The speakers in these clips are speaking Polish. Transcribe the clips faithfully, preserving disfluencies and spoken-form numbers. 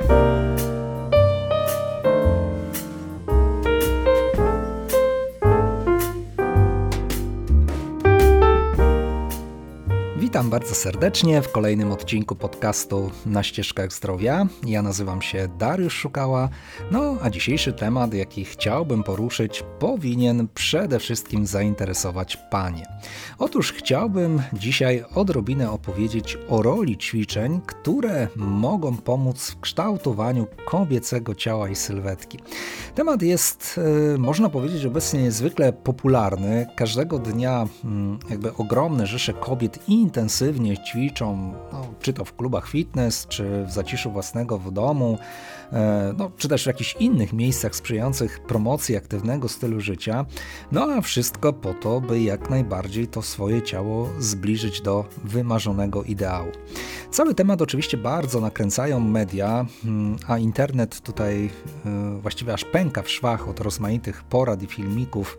Witam bardzo serdecznie w kolejnym odcinku podcastu Na ścieżkach zdrowia. Ja nazywam się Dariusz Szukała, no a dzisiejszy temat, jaki chciałbym poruszyć, powinien przede wszystkim zainteresować Panie. Otóż chciałbym dzisiaj odrobinę opowiedzieć o roli ćwiczeń, które mogą pomóc w kształtowaniu kobiecego ciała i sylwetki. Temat jest, można powiedzieć, obecnie niezwykle popularny. Każdego dnia jakby ogromne rzesze kobiet intensywnie ćwiczą, no, czy to w klubach fitness, czy w zaciszu własnego w domu, no, czy też w jakichś innych miejscach sprzyjających promocji aktywnego stylu życia, no a wszystko po to, by jak najbardziej to swoje ciało zbliżyć do wymarzonego ideału. Cały temat oczywiście bardzo nakręcają media, a internet tutaj właściwie aż pęka w szwach od rozmaitych porad i filmików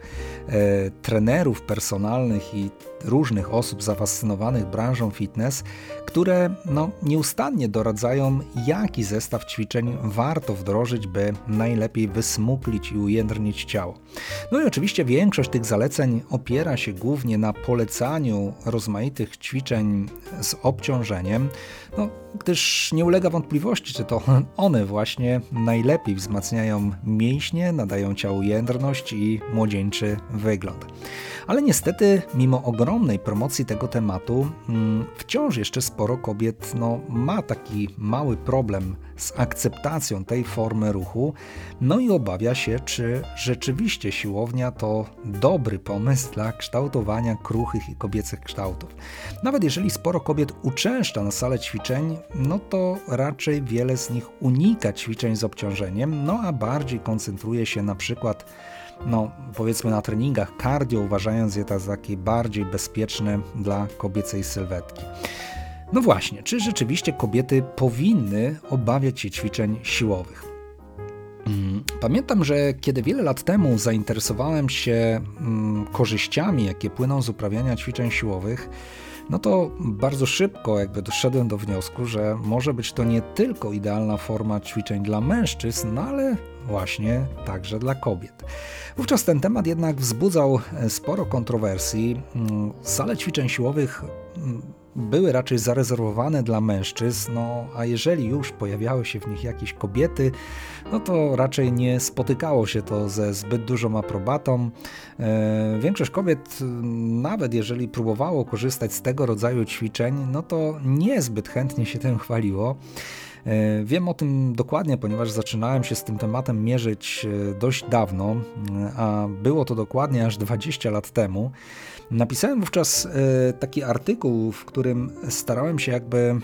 trenerów personalnych i różnych osób zafascynowanych branżą fitness, które no, nieustannie doradzają, jaki zestaw ćwiczeń warto wdrożyć, by najlepiej wysmuklić i ujędrnić ciało. No i oczywiście większość tych zaleceń opiera się głównie na polecaniu rozmaitych ćwiczeń z obciążeniem, no, gdyż nie ulega wątpliwości, że to one właśnie najlepiej wzmacniają mięśnie, nadają ciału jędrność i młodzieńczy wygląd. Ale niestety, mimo ogromnej promocji tego tematu, wciąż jeszcze sporo kobiet no, ma taki mały problem z akceptacją tej formy ruchu, no i obawia się, czy rzeczywiście siłownia to dobry pomysł dla kształtowania kruchych i kobiecych kształtów. Nawet jeżeli sporo kobiet uczęszcza na salę ćwiczeń, no to raczej wiele z nich unika ćwiczeń z obciążeniem, no a bardziej koncentruje się na przykład no powiedzmy na treningach cardio, uważając je za takie bardziej bezpieczne dla kobiecej sylwetki. No właśnie, czy rzeczywiście kobiety powinny obawiać się ćwiczeń siłowych? Pamiętam, że kiedy wiele lat temu zainteresowałem się mm, korzyściami, jakie płyną z uprawiania ćwiczeń siłowych, no to bardzo szybko jakby doszedłem do wniosku, że może być to nie tylko idealna forma ćwiczeń dla mężczyzn, no ale właśnie także dla kobiet. Wówczas ten temat jednak wzbudzał sporo kontrowersji. Sale ćwiczeń siłowych były raczej zarezerwowane dla mężczyzn, no a jeżeli już pojawiały się w nich jakieś kobiety, no to raczej nie spotykało się to ze zbyt dużą aprobatą. E, większość kobiet, nawet jeżeli próbowało korzystać z tego rodzaju ćwiczeń, no to niezbyt chętnie się tym chwaliło. Wiem o tym dokładnie, ponieważ zaczynałem się z tym tematem mierzyć dość dawno, a było to dokładnie aż dwadzieścia lat temu. Napisałem wówczas taki artykuł, w którym starałem się jakby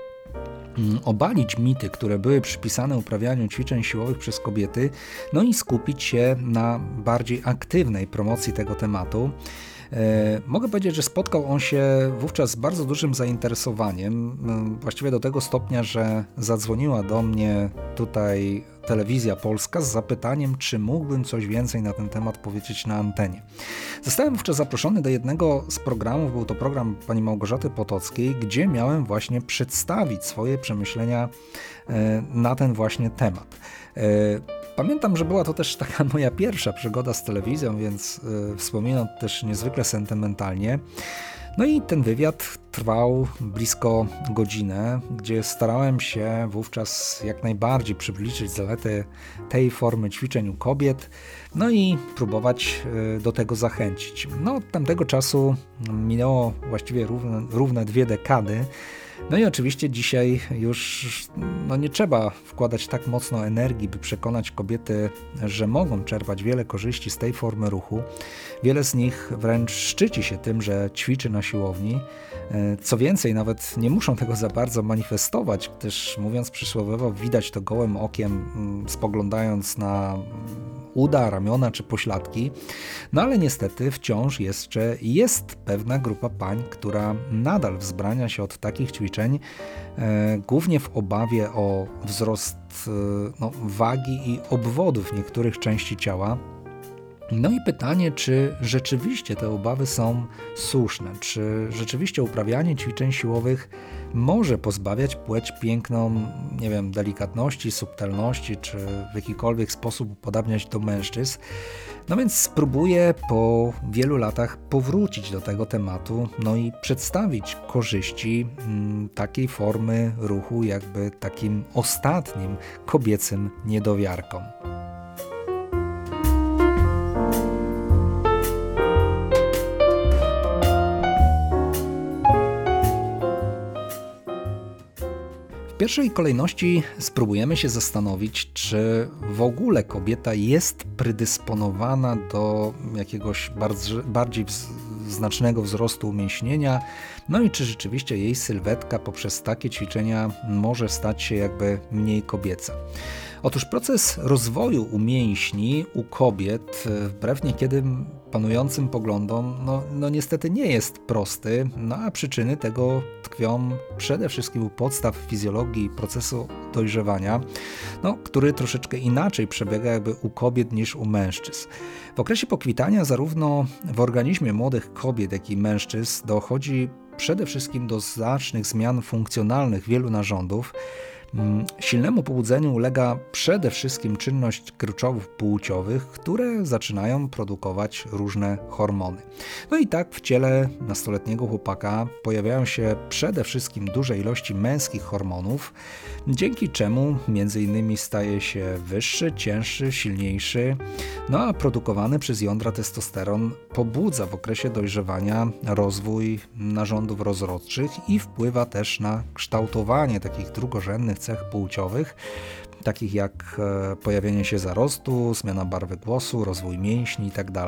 obalić mity, które były przypisane uprawianiu ćwiczeń siłowych przez kobiety, no i skupić się na bardziej aktywnej promocji tego tematu. Mogę powiedzieć, że spotkał on się wówczas z bardzo dużym zainteresowaniem, właściwie do tego stopnia, że zadzwoniła do mnie tutaj Telewizja Polska z zapytaniem, czy mógłbym coś więcej na ten temat powiedzieć na antenie. Zostałem wówczas zaproszony do jednego z programów, był to program pani Małgorzaty Potockiej, gdzie miałem właśnie przedstawić swoje przemyślenia na ten właśnie temat. Pamiętam, że była to też taka moja pierwsza przygoda z telewizją, więc wspominam też niezwykle sentymentalnie. No i ten wywiad trwał blisko godzinę, gdzie starałem się wówczas jak najbardziej przybliżyć zalety tej formy ćwiczeń u kobiet, no i próbować do tego zachęcić. No od tamtego czasu minęło właściwie równe, równe dwie dekady. No i oczywiście dzisiaj już no nie trzeba wkładać tak mocno energii, by przekonać kobiety, że mogą czerpać wiele korzyści z tej formy ruchu. Wiele z nich wręcz szczyci się tym, że ćwiczy na siłowni. Co więcej, nawet nie muszą tego za bardzo manifestować, gdyż mówiąc przysłowiowo, widać to gołym okiem, spoglądając na uda, ramiona czy pośladki. No ale niestety wciąż jeszcze jest pewna grupa pań, która nadal wzbrania się od takich ćwiczeń, e, głównie w obawie o wzrost e, no, wagi i obwodów niektórych części ciała. No i pytanie, czy rzeczywiście te obawy są słuszne, czy rzeczywiście uprawianie ćwiczeń siłowych może pozbawiać płeć piękną, nie wiem, delikatności, subtelności, czy w jakikolwiek sposób upodabniać do mężczyzn. No więc spróbuję po wielu latach powrócić do tego tematu, no i przedstawić korzyści m, takiej formy ruchu, jakby takim ostatnim kobiecym niedowiarkom. W pierwszej kolejności spróbujemy się zastanowić, czy w ogóle kobieta jest predysponowana do jakiegoś bardziej, bardziej znacznego wzrostu umięśnienia, no i czy rzeczywiście jej sylwetka poprzez takie ćwiczenia może stać się jakby mniej kobieca. Otóż proces rozwoju umięśni u kobiet, wbrew niekiedy panującym poglądom, no, no niestety nie jest prosty, no a przyczyny tego tkwią przede wszystkim u podstaw fizjologii procesu dojrzewania, no, który troszeczkę inaczej przebiega jakby u kobiet niż u mężczyzn. W okresie pokwitania zarówno w organizmie młodych kobiet, jak i mężczyzn dochodzi przede wszystkim do znacznych zmian funkcjonalnych wielu narządów. Silnemu pobudzeniu ulega przede wszystkim czynność kryczowów płciowych, które zaczynają produkować różne hormony. No i tak w ciele nastoletniego chłopaka pojawiają się przede wszystkim duże ilości męskich hormonów, dzięki czemu między innymi staje się wyższy, cięższy, silniejszy, no a produkowany przez jądra testosteron pobudza w okresie dojrzewania rozwój narządów rozrodczych i wpływa też na kształtowanie takich drugorzędnych cech płciowych, takich jak pojawienie się zarostu, zmiana barwy głosu, rozwój mięśni itd.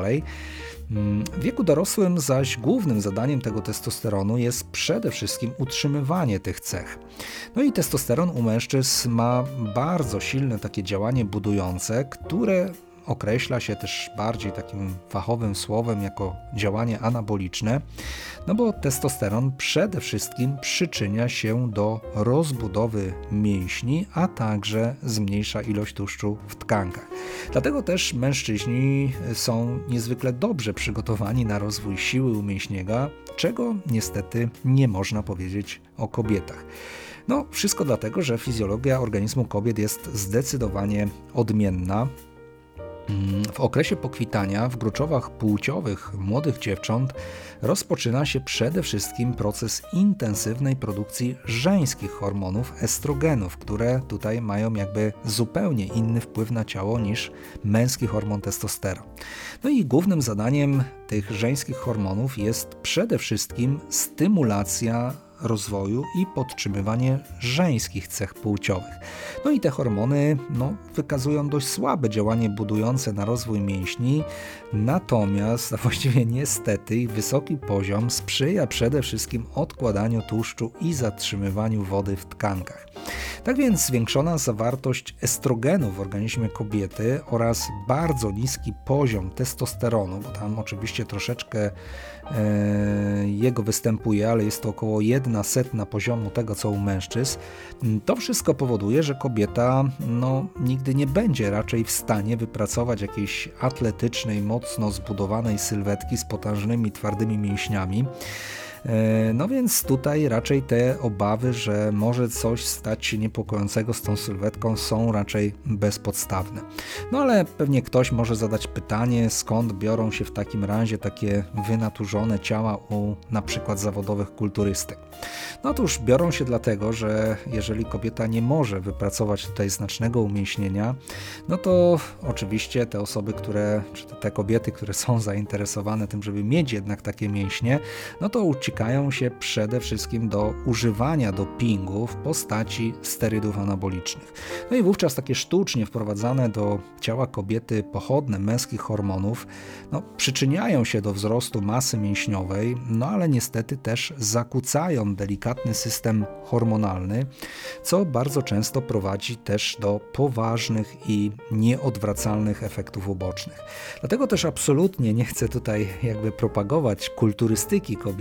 W wieku dorosłym zaś głównym zadaniem tego testosteronu jest przede wszystkim utrzymywanie tych cech. No i testosteron u mężczyzn ma bardzo silne takie działanie budujące, które określa się też bardziej takim fachowym słowem jako działanie anaboliczne, no bo testosteron przede wszystkim przyczynia się do rozbudowy mięśni, a także zmniejsza ilość tłuszczu w tkankach. Dlatego też mężczyźni są niezwykle dobrze przygotowani na rozwój siły umięśnienia, czego niestety nie można powiedzieć o kobietach. No, wszystko dlatego, że fizjologia organizmu kobiet jest zdecydowanie odmienna. W okresie pokwitania w gruczowach płciowych młodych dziewcząt rozpoczyna się przede wszystkim proces intensywnej produkcji żeńskich hormonów estrogenów, które tutaj mają jakby zupełnie inny wpływ na ciało niż męski hormon testosteron. No i głównym zadaniem tych żeńskich hormonów jest przede wszystkim stymulacja rozwoju i podtrzymywanie żeńskich cech płciowych. No i te hormony no, wykazują dość słabe działanie budujące na rozwój mięśni, natomiast, a właściwie niestety, ich wysoki poziom sprzyja przede wszystkim odkładaniu tłuszczu i zatrzymywaniu wody w tkankach. Tak więc zwiększona zawartość estrogenu w organizmie kobiety oraz bardzo niski poziom testosteronu, bo tam oczywiście troszeczkę e, jego występuje, ale jest to około jedna setna poziomu tego, co u mężczyzn, to wszystko powoduje, że kobieta no, nigdy nie będzie raczej w stanie wypracować jakiejś atletycznej, mocno zbudowanej sylwetki z potężnymi, twardymi mięśniami. No więc tutaj raczej te obawy, że może coś stać się niepokojącego z tą sylwetką, są raczej bezpodstawne. No ale pewnie ktoś może zadać pytanie, skąd biorą się w takim razie takie wynaturzone ciała u na przykład zawodowych kulturystek. No otóż biorą się dlatego, że jeżeli kobieta nie może wypracować tutaj znacznego umięśnienia, no to oczywiście te osoby, które, czy te kobiety, które są zainteresowane tym, żeby mieć jednak takie mięśnie, no to uciekają się przede wszystkim do używania dopingu w postaci sterydów anabolicznych. No i wówczas takie sztucznie wprowadzane do ciała kobiety pochodne męskich hormonów no, przyczyniają się do wzrostu masy mięśniowej, no ale niestety też zakłócają delikatny system hormonalny, co bardzo często prowadzi też do poważnych i nieodwracalnych efektów ubocznych. Dlatego też absolutnie nie chcę tutaj jakby propagować kulturystyki kobiecej,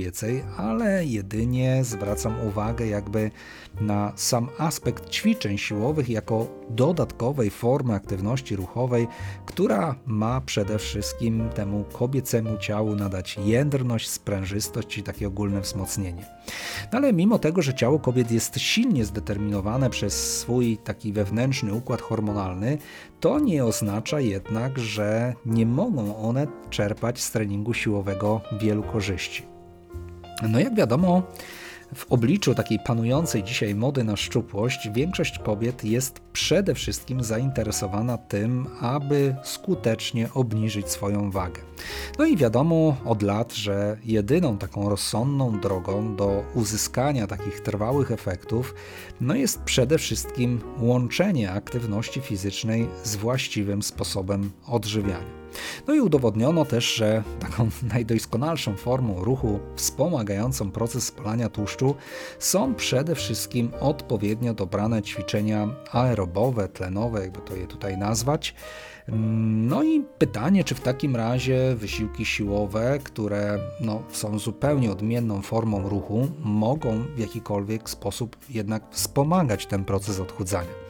tutaj, ale jedynie zwracam uwagę jakby na sam aspekt ćwiczeń siłowych jako dodatkowej formy aktywności ruchowej, która ma przede wszystkim temu kobiecemu ciału nadać jędrność, sprężystość i takie ogólne wzmocnienie. No ale mimo tego, że ciało kobiet jest silnie zdeterminowane przez swój taki wewnętrzny układ hormonalny, to nie oznacza jednak, że nie mogą one czerpać z treningu siłowego wielu korzyści. No jak wiadomo, w obliczu takiej panującej dzisiaj mody na szczupłość, większość kobiet jest przede wszystkim zainteresowana tym, aby skutecznie obniżyć swoją wagę. No i wiadomo od lat, że jedyną taką rozsądną drogą do uzyskania takich trwałych efektów no jest przede wszystkim łączenie aktywności fizycznej z właściwym sposobem odżywiania. No i udowodniono też, że taką najdoskonalszą formą ruchu wspomagającą proces spalania tłuszczu są przede wszystkim odpowiednio dobrane ćwiczenia aerobowe, tlenowe, jakby to je tutaj nazwać. No i pytanie, czy w takim razie wysiłki siłowe, które no, są zupełnie odmienną formą ruchu, mogą w jakikolwiek sposób jednak wspomagać ten proces odchudzania.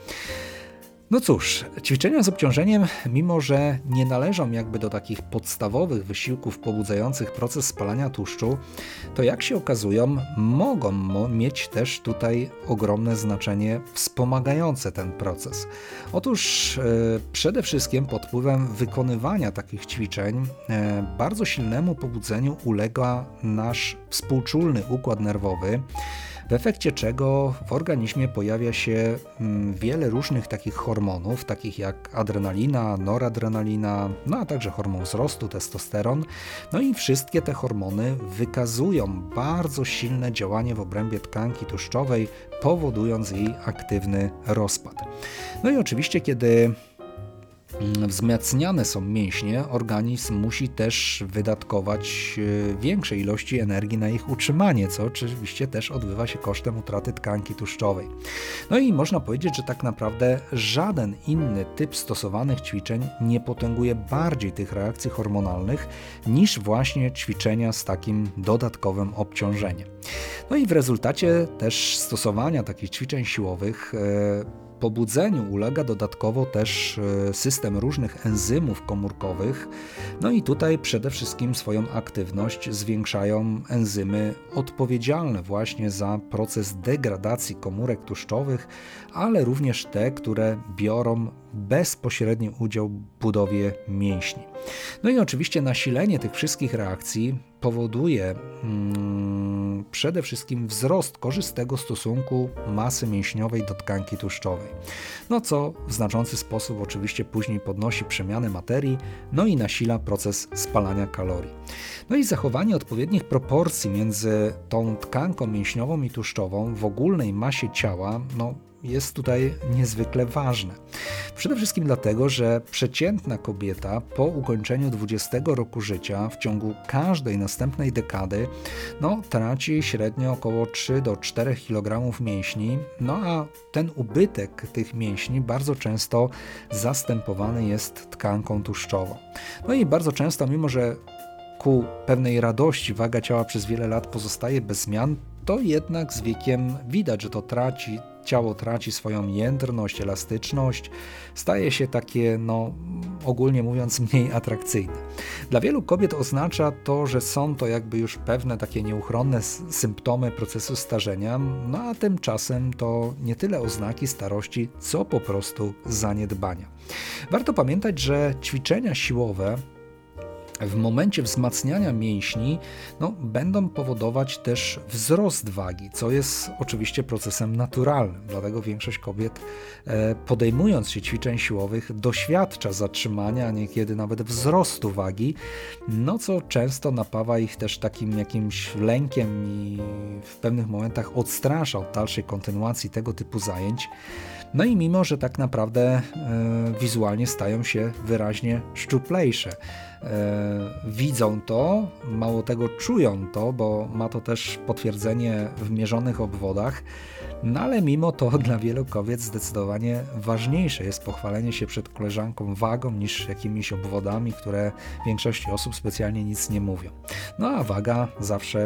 No cóż, ćwiczenia z obciążeniem, mimo że nie należą jakby do takich podstawowych wysiłków pobudzających proces spalania tłuszczu, to jak się okazują, mogą mieć też tutaj ogromne znaczenie wspomagające ten proces. Otóż e, przede wszystkim pod wpływem wykonywania takich ćwiczeń e, bardzo silnemu pobudzeniu ulega nasz współczulny układ nerwowy, w efekcie czego w organizmie pojawia się wiele różnych takich hormonów, takich jak adrenalina, noradrenalina, no a także hormon wzrostu, testosteron. No i wszystkie te hormony wykazują bardzo silne działanie w obrębie tkanki tłuszczowej, powodując jej aktywny rozpad. No i oczywiście, kiedy wzmacniane są mięśnie, organizm musi też wydatkować większe ilości energii na ich utrzymanie, co oczywiście też odbywa się kosztem utraty tkanki tłuszczowej. No i można powiedzieć, że tak naprawdę żaden inny typ stosowanych ćwiczeń nie potęguje bardziej tych reakcji hormonalnych niż właśnie ćwiczenia z takim dodatkowym obciążeniem. No i w rezultacie też stosowania takich ćwiczeń siłowych e, Pobudzeniu ulega dodatkowo też system różnych enzymów komórkowych, no i tutaj przede wszystkim swoją aktywność zwiększają enzymy odpowiedzialne właśnie za proces degradacji komórek tłuszczowych, ale również te, które biorą bezpośredni udział w budowie mięśni. No i oczywiście nasilenie tych wszystkich reakcji powoduje hmm, przede wszystkim wzrost korzystnego stosunku masy mięśniowej do tkanki tłuszczowej, no co w znaczący sposób oczywiście później podnosi przemianę materii, no i nasila proces spalania kalorii. No i zachowanie odpowiednich proporcji między tą tkanką mięśniową i tłuszczową w ogólnej masie ciała, no jest tutaj niezwykle ważne. Przede wszystkim dlatego, że przeciętna kobieta po ukończeniu dwudziestego roku życia w ciągu każdej następnej dekady no, traci średnio około trzy do czterech kilogramów mięśni, no a ten ubytek tych mięśni bardzo często zastępowany jest tkanką tłuszczową. No i bardzo często, mimo że ku pewnej radości waga ciała przez wiele lat pozostaje bez zmian, to jednak z wiekiem widać, że to traci, ciało traci swoją jędrność, elastyczność, staje się takie, no ogólnie mówiąc, mniej atrakcyjne. Dla wielu kobiet oznacza to, że są to jakby już pewne takie nieuchronne symptomy procesu starzenia, no a tymczasem to nie tyle oznaki starości, co po prostu zaniedbania. Warto pamiętać, że ćwiczenia siłowe w momencie wzmacniania mięśni no, będą powodować też wzrost wagi, co jest oczywiście procesem naturalnym. Dlatego większość kobiet e, podejmując się ćwiczeń siłowych doświadcza zatrzymania, a niekiedy nawet wzrostu wagi, no co często napawa ich też takim jakimś lękiem i w pewnych momentach odstrasza od dalszej kontynuacji tego typu zajęć. No i mimo, że tak naprawdę e, wizualnie stają się wyraźnie szczuplejsze. widzą to, mało tego czują to, bo ma to też potwierdzenie w mierzonych obwodach, no ale mimo to dla wielu kobiet zdecydowanie ważniejsze jest pochwalenie się przed koleżanką wagą niż jakimiś obwodami, które większości osób specjalnie nic nie mówią. No a waga zawsze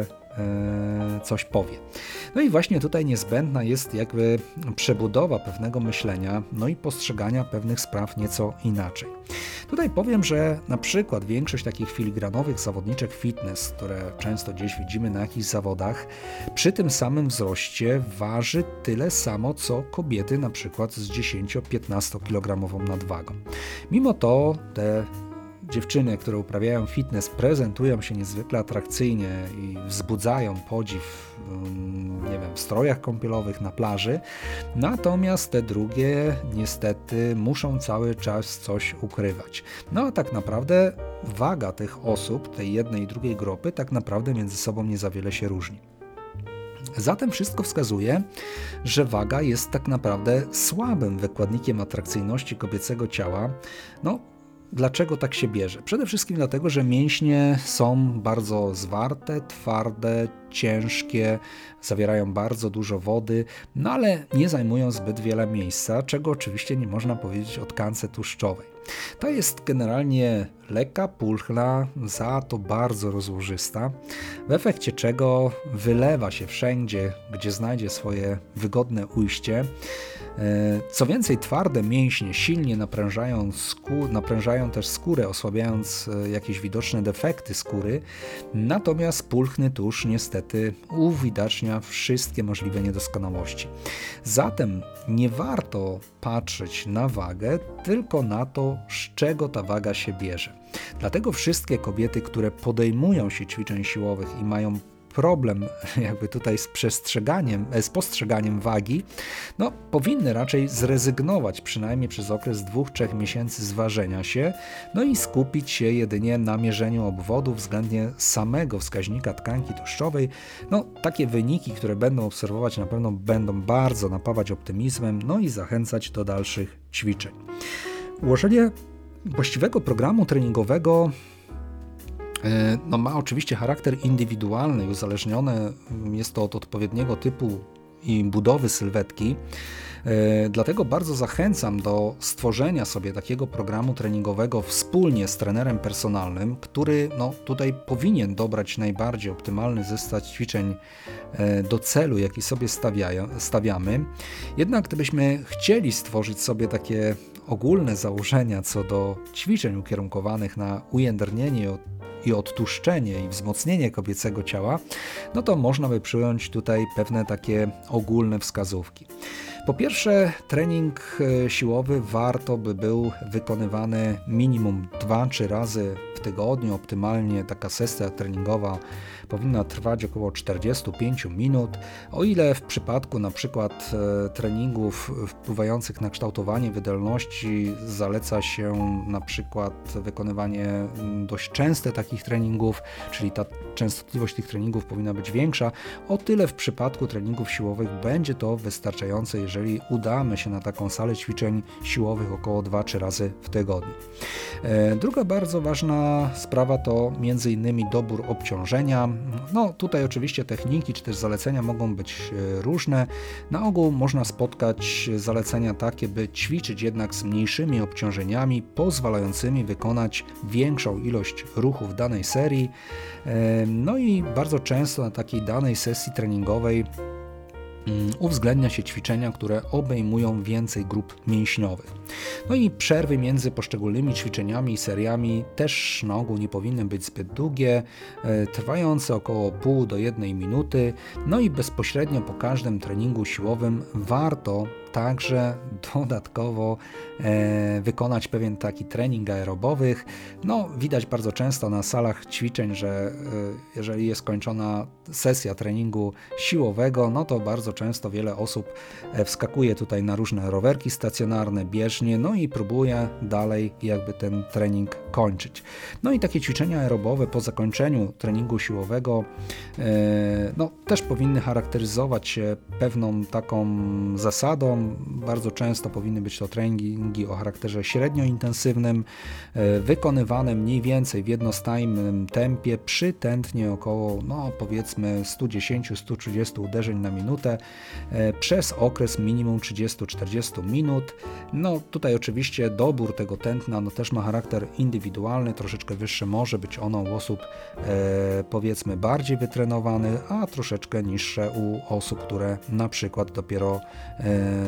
coś powie. No i właśnie tutaj niezbędna jest jakby przebudowa pewnego myślenia, no i postrzegania pewnych spraw nieco inaczej. Tutaj powiem, że na przykład większość takich filigranowych zawodniczek fitness, które często gdzieś widzimy na jakichś zawodach, przy tym samym wzroście waży tyle samo, co kobiety na przykład z dziesięcio-piętnastokilogramową nadwagą. Mimo to te dziewczyny, które uprawiają fitness, prezentują się niezwykle atrakcyjnie i wzbudzają podziw, nie wiem, w strojach kąpielowych na plaży, natomiast te drugie niestety muszą cały czas coś ukrywać. No a tak naprawdę waga tych osób, tej jednej i drugiej grupy, tak naprawdę między sobą nie za wiele się różni. Zatem wszystko wskazuje, że waga jest tak naprawdę słabym wykładnikiem atrakcyjności kobiecego ciała. No, dlaczego tak się bierze? Przede wszystkim dlatego, że mięśnie są bardzo zwarte, twarde, ciężkie, zawierają bardzo dużo wody, no ale nie zajmują zbyt wiele miejsca, czego oczywiście nie można powiedzieć o tkance tłuszczowej. Ta jest generalnie lekka, pulchna, za to bardzo rozłożysta, w efekcie czego wylewa się wszędzie, gdzie znajdzie swoje wygodne ujście. Co więcej, twarde mięśnie silnie naprężają, skó- naprężają też skórę, osłabiając jakieś widoczne defekty skóry, natomiast pulchny tłuszcz niestety uwidacznia wszystkie możliwe niedoskonałości. Zatem nie warto patrzeć na wagę, tylko na to, z czego ta waga się bierze. Dlatego wszystkie kobiety, które podejmują się ćwiczeń siłowych i mają problem jakby tutaj z przestrzeganiem, z postrzeganiem wagi, no powinny raczej zrezygnować przynajmniej przez okres dwóch do trzech miesięcy z ważenia się, no i skupić się jedynie na mierzeniu obwodu względnie samego wskaźnika tkanki tłuszczowej. No takie wyniki, które będą obserwować, na pewno będą bardzo napawać optymizmem, no i zachęcać do dalszych ćwiczeń. Ułożenie właściwego programu treningowego no, ma oczywiście charakter indywidualny i uzależnione jest to od odpowiedniego typu i budowy sylwetki. Dlatego bardzo zachęcam do stworzenia sobie takiego programu treningowego wspólnie z trenerem personalnym, który no, tutaj powinien dobrać najbardziej optymalny zestaw ćwiczeń do celu, jaki sobie stawiają, stawiamy. Jednak gdybyśmy chcieli stworzyć sobie takie ogólne założenia co do ćwiczeń ukierunkowanych na ujędrnienie i odtłuszczenie i wzmocnienie kobiecego ciała, no to można by przyjąć tutaj pewne takie ogólne wskazówki. Po pierwsze, trening siłowy warto by był wykonywany minimum dwa do trzech razy w tygodniu. Optymalnie taka sesja treningowa powinna trwać około czterdzieści pięć minut, o ile w przypadku na przykład treningów wpływających na kształtowanie wydolności zaleca się na przykład wykonywanie dość częste takich treningów, czyli ta częstotliwość tych treningów powinna być większa, o tyle w przypadku treningów siłowych będzie to wystarczające, jeżeli udamy się na taką salę ćwiczeń siłowych około dwa do trzech razy w tygodniu. Druga bardzo ważna sprawa to między innymi dobór obciążenia. No tutaj oczywiście techniki czy też zalecenia mogą być różne. Na ogół można spotkać zalecenia takie, by ćwiczyć jednak z mniejszymi obciążeniami, pozwalającymi wykonać większą ilość ruchów danej serii. No i bardzo często na takiej danej sesji treningowej uwzględnia się ćwiczenia, które obejmują więcej grup mięśniowych. No i przerwy między poszczególnymi ćwiczeniami i seriami też na ogół nie powinny być zbyt długie, trwające około pół do jednej minuty. No i bezpośrednio po każdym treningu siłowym warto także dodatkowo e, wykonać pewien taki trening aerobowych. No, widać bardzo często na salach ćwiczeń, że e, jeżeli jest skończona sesja treningu siłowego, no to bardzo często wiele osób e, wskakuje tutaj na różne rowerki stacjonarne, bieżnie, no i próbuje dalej jakby ten trening wykończyć. No i takie ćwiczenia aerobowe po zakończeniu treningu siłowego no, też powinny charakteryzować się pewną taką zasadą. Bardzo często powinny być to treningi o charakterze średnio intensywnym, wykonywane mniej więcej w jednostajnym tempie przy tętnie około no, powiedzmy sto dziesięć do stu trzydziestu uderzeń na minutę przez okres minimum trzydzieści do czterdziestu minut. No tutaj oczywiście dobór tego tętna no, też ma charakter indywidualny, troszeczkę wyższe może być ono u osób e, powiedzmy bardziej wytrenowanych, a troszeczkę niższe u osób, które na przykład dopiero e,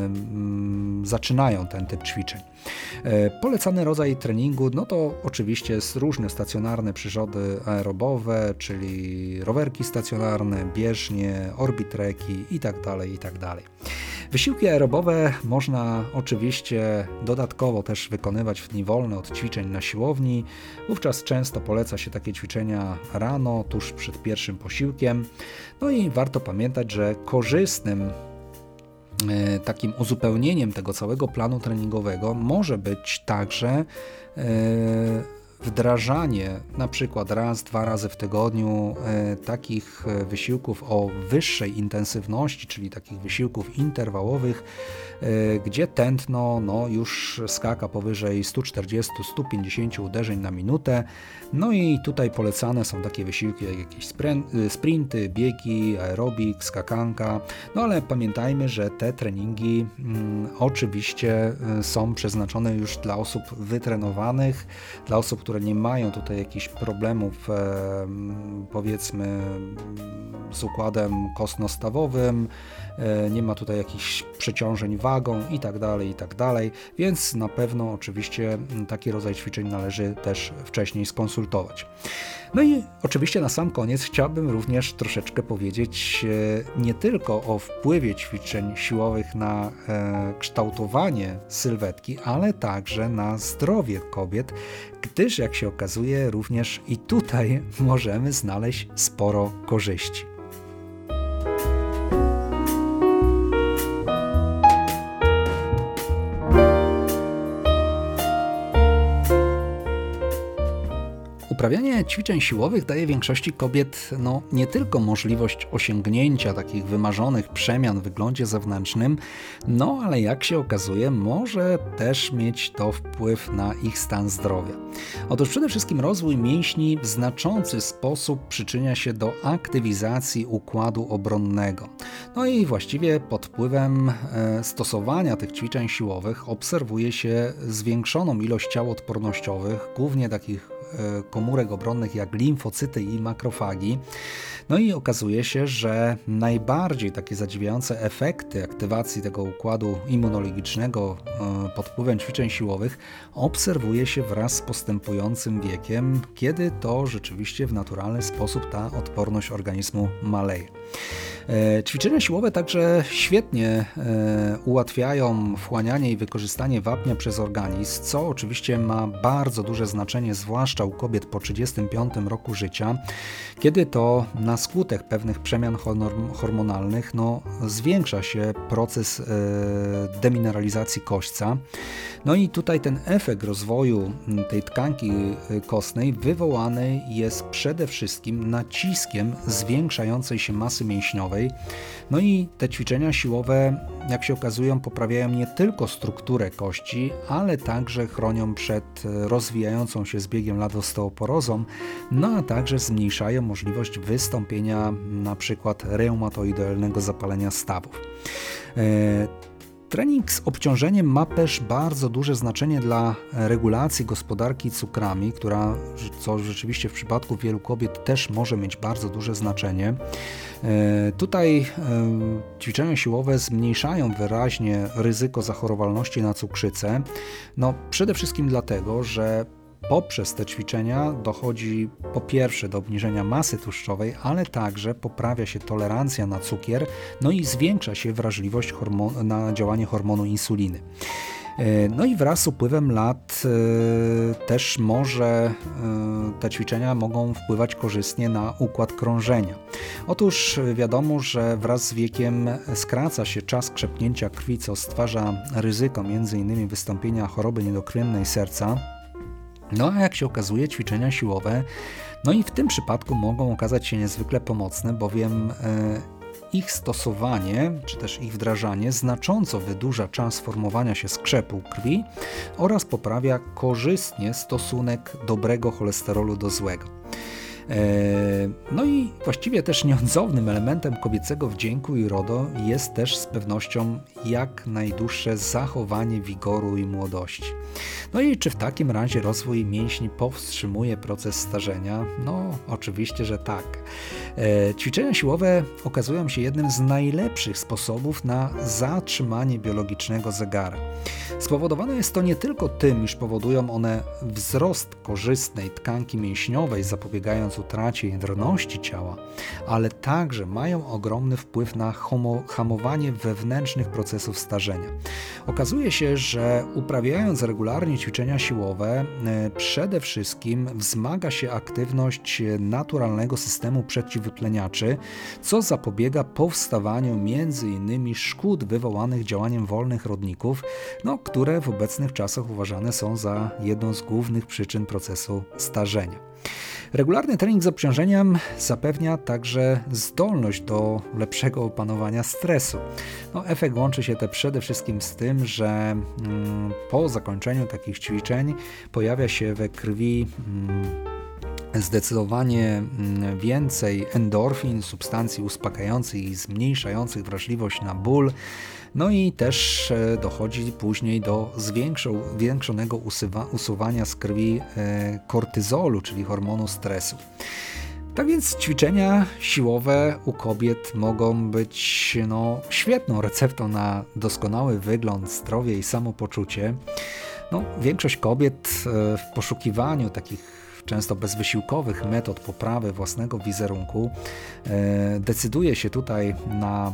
m, zaczynają ten typ ćwiczeń. E, polecany rodzaj treningu, no to oczywiście jest różne stacjonarne przyrządy aerobowe, czyli rowerki stacjonarne, bieżnie, orbitreki itd., itd. Wysiłki aerobowe można oczywiście dodatkowo też wykonywać w dni wolne od ćwiczeń na siłowni. Wówczas często poleca się takie ćwiczenia rano, tuż przed pierwszym posiłkiem. No i warto pamiętać, że korzystnym e, takim uzupełnieniem tego całego planu treningowego może być także e, wdrażanie na przykład raz, dwa razy w tygodniu e, takich wysiłków o wyższej intensywności, czyli takich wysiłków interwałowych, e, gdzie tętno no, już skaka powyżej stu czterdziestu do stu pięćdziesięciu uderzeń na minutę. No i tutaj polecane są takie wysiłki jak jakieś sprinty, biegi, aerobik, skakanka. No ale pamiętajmy, że te treningi mm, oczywiście są przeznaczone już dla osób wytrenowanych, dla osób, które nie mają tutaj jakichś problemów e, powiedzmy z układem kostno-stawowym, e, nie ma tutaj jakichś przeciążeń wagą i tak dalej, i tak dalej, więc na pewno oczywiście taki rodzaj ćwiczeń należy też wcześniej skonsultować. No i oczywiście na sam koniec chciałbym również troszeczkę powiedzieć e, nie tylko o wpływie ćwiczeń siłowych na e, kształtowanie sylwetki, ale także na zdrowie kobiet, gdyż jak się okazuje również i tutaj możemy znaleźć sporo korzyści. Uprawianie ćwiczeń siłowych daje większości kobiet no, nie tylko możliwość osiągnięcia takich wymarzonych przemian w wyglądzie zewnętrznym, no ale jak się okazuje, może też mieć to wpływ na ich stan zdrowia. Otóż przede wszystkim rozwój mięśni w znaczący sposób przyczynia się do aktywizacji układu obronnego. No i właściwie pod wpływem e, stosowania tych ćwiczeń siłowych obserwuje się zwiększoną ilość ciał odpornościowych, głównie takich komórek obronnych jak limfocyty i makrofagi. No i okazuje się, że najbardziej takie zadziwiające efekty aktywacji tego układu immunologicznego pod wpływem ćwiczeń siłowych obserwuje się wraz z postępującym wiekiem, kiedy to rzeczywiście w naturalny sposób ta odporność organizmu maleje. Ćwiczenia siłowe także świetnie ułatwiają wchłanianie i wykorzystanie wapnia przez organizm, co oczywiście ma bardzo duże znaczenie, zwłaszcza u kobiet po trzydziestym piątym roku życia, kiedy to na skutek pewnych przemian hormonalnych no, zwiększa się proces demineralizacji kośćca. No i tutaj ten efekt rozwoju tej tkanki kostnej wywołany jest przede wszystkim naciskiem zwiększającej się masy mięśniowej. No i te ćwiczenia siłowe, jak się okazują, poprawiają nie tylko strukturę kości, ale także chronią przed rozwijającą się z biegiem lat osteoporozą, no a także zmniejszają możliwość wystąpienia na przykład reumatoidalnego zapalenia stawów. Trening z obciążeniem ma też bardzo duże znaczenie dla regulacji gospodarki cukrami, która, co rzeczywiście w przypadku wielu kobiet też może mieć bardzo duże znaczenie. Tutaj ćwiczenia siłowe zmniejszają wyraźnie ryzyko zachorowalności na cukrzycę. No, przede wszystkim dlatego, że poprzez te ćwiczenia dochodzi po pierwsze do obniżenia masy tłuszczowej, ale także poprawia się tolerancja na cukier, no i zwiększa się wrażliwość hormon- na działanie hormonu insuliny. No i wraz z upływem lat e, też może e, te ćwiczenia mogą wpływać korzystnie na układ krążenia. Otóż wiadomo, że wraz z wiekiem skraca się czas krzepnięcia krwi, co stwarza ryzyko między innymi wystąpienia choroby niedokrwiennej serca. No a jak się okazuje, ćwiczenia siłowe, no i w tym przypadku mogą okazać się niezwykle pomocne, bowiem e, ich stosowanie, czy też ich wdrażanie znacząco wydłuża czas formowania się skrzepu krwi oraz poprawia korzystnie stosunek dobrego cholesterolu do złego. No i właściwie też nieodzownym elementem kobiecego wdzięku i RODO jest też z pewnością jak najdłuższe zachowanie wigoru i młodości. No i czy w takim razie rozwój mięśni powstrzymuje proces starzenia? No oczywiście, że tak. Ćwiczenia siłowe okazują się jednym z najlepszych sposobów na zatrzymanie biologicznego zegara. Spowodowane jest to nie tylko tym, iż powodują one wzrost korzystnej tkanki mięśniowej, zapobiegając utracie jędrności ciała, ale także mają ogromny wpływ na homo- hamowanie wewnętrznych procesów starzenia. Okazuje się, że uprawiając regularnie ćwiczenia siłowe, przede wszystkim wzmaga się aktywność naturalnego systemu przeciwutleniaczy, co zapobiega powstawaniu między innymi szkód wywołanych działaniem wolnych rodników, no, które w obecnych czasach uważane są za jedną z głównych przyczyn procesu starzenia. Regularny trening z obciążeniem zapewnia także zdolność do lepszego opanowania stresu. No, efekt łączy się te przede wszystkim z tym, że mm, po zakończeniu takich ćwiczeń pojawia się we krwi mm, zdecydowanie więcej endorfin, substancji uspokajających i zmniejszających wrażliwość na ból. No i też dochodzi później do zwiększonego usuwa, usuwania z krwi kortyzolu, czyli hormonu stresu. Tak więc ćwiczenia siłowe u kobiet mogą być no, świetną receptą na doskonały wygląd, zdrowie i samopoczucie. No, większość kobiet w poszukiwaniu takich często bezwysiłkowych metod poprawy własnego wizerunku decyduje się tutaj na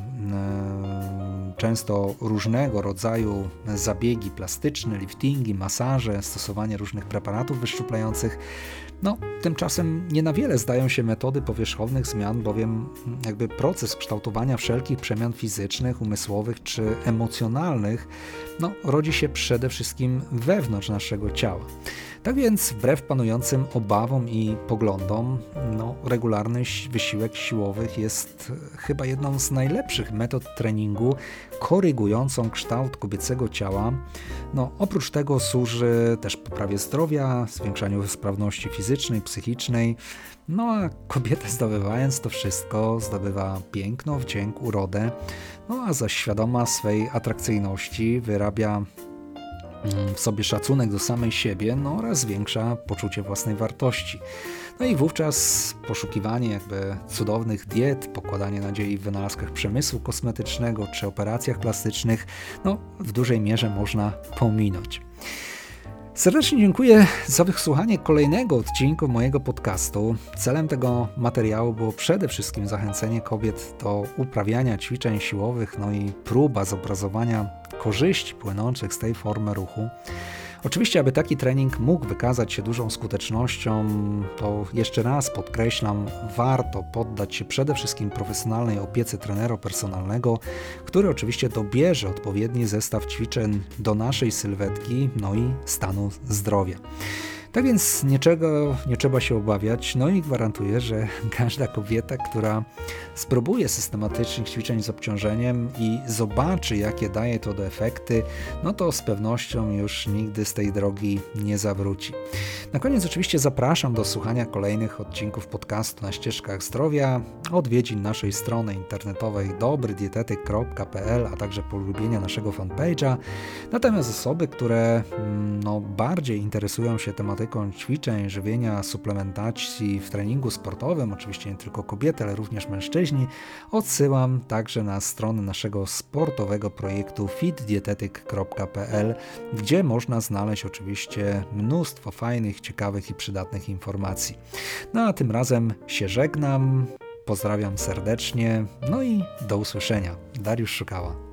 często różnego rodzaju zabiegi plastyczne, liftingi, masaże, stosowanie różnych preparatów wyszczuplających. No, tymczasem nie na wiele zdają się metody powierzchownych zmian, bowiem jakby proces kształtowania wszelkich przemian fizycznych, umysłowych czy emocjonalnych no, rodzi się przede wszystkim wewnątrz naszego ciała. Tak więc wbrew panującym obawom i poglądom, no, regularny wysiłek siłowy jest chyba jedną z najlepszych metod treningu korygującą kształt kobiecego ciała. No, oprócz tego służy też poprawie zdrowia, zwiększaniu sprawności fizycznej, psychicznej. No a kobieta zdobywając to wszystko zdobywa piękno, wdzięk, urodę, no a zaś świadoma swej atrakcyjności wyrabia w sobie szacunek do samej siebie no oraz zwiększa poczucie własnej wartości. No i wówczas poszukiwanie jakby cudownych diet, pokładanie nadziei w wynalazkach przemysłu kosmetycznego czy operacjach plastycznych, no w dużej mierze można pominąć. Serdecznie dziękuję za wysłuchanie kolejnego odcinku mojego podcastu. Celem tego materiału było przede wszystkim zachęcenie kobiet do uprawiania ćwiczeń siłowych, no i próba zobrazowania korzyści płynących z tej formy ruchu. Oczywiście, aby taki trening mógł wykazać się dużą skutecznością, to jeszcze raz podkreślam, warto poddać się przede wszystkim profesjonalnej opiece trenera personalnego, który oczywiście dobierze odpowiedni zestaw ćwiczeń do naszej sylwetki, no i stanu zdrowia. Tak więc niczego nie trzeba się obawiać, no i gwarantuję, że każda kobieta, która spróbuje systematycznych ćwiczeń z obciążeniem i zobaczy, jakie daje to do efekty, no to z pewnością już nigdy z tej drogi nie zawróci. Na koniec oczywiście zapraszam do słuchania kolejnych odcinków podcastu na ścieżkach zdrowia, odwiedzin naszej strony internetowej dobry dietetyk kropka p l, a także polubienia naszego fanpage'a. Natomiast osoby, które no, bardziej interesują się tematyką ćwiczeń, żywienia, suplementacji w treningu sportowym, oczywiście nie tylko kobiety, ale również mężczyźni, odsyłam także na stronę naszego sportowego projektu fit dietetyk kropka p l, gdzie można znaleźć oczywiście mnóstwo fajnych, ciekawych i przydatnych informacji. No a tym razem się żegnam, pozdrawiam serdecznie, no i do usłyszenia. Dariusz Szukała.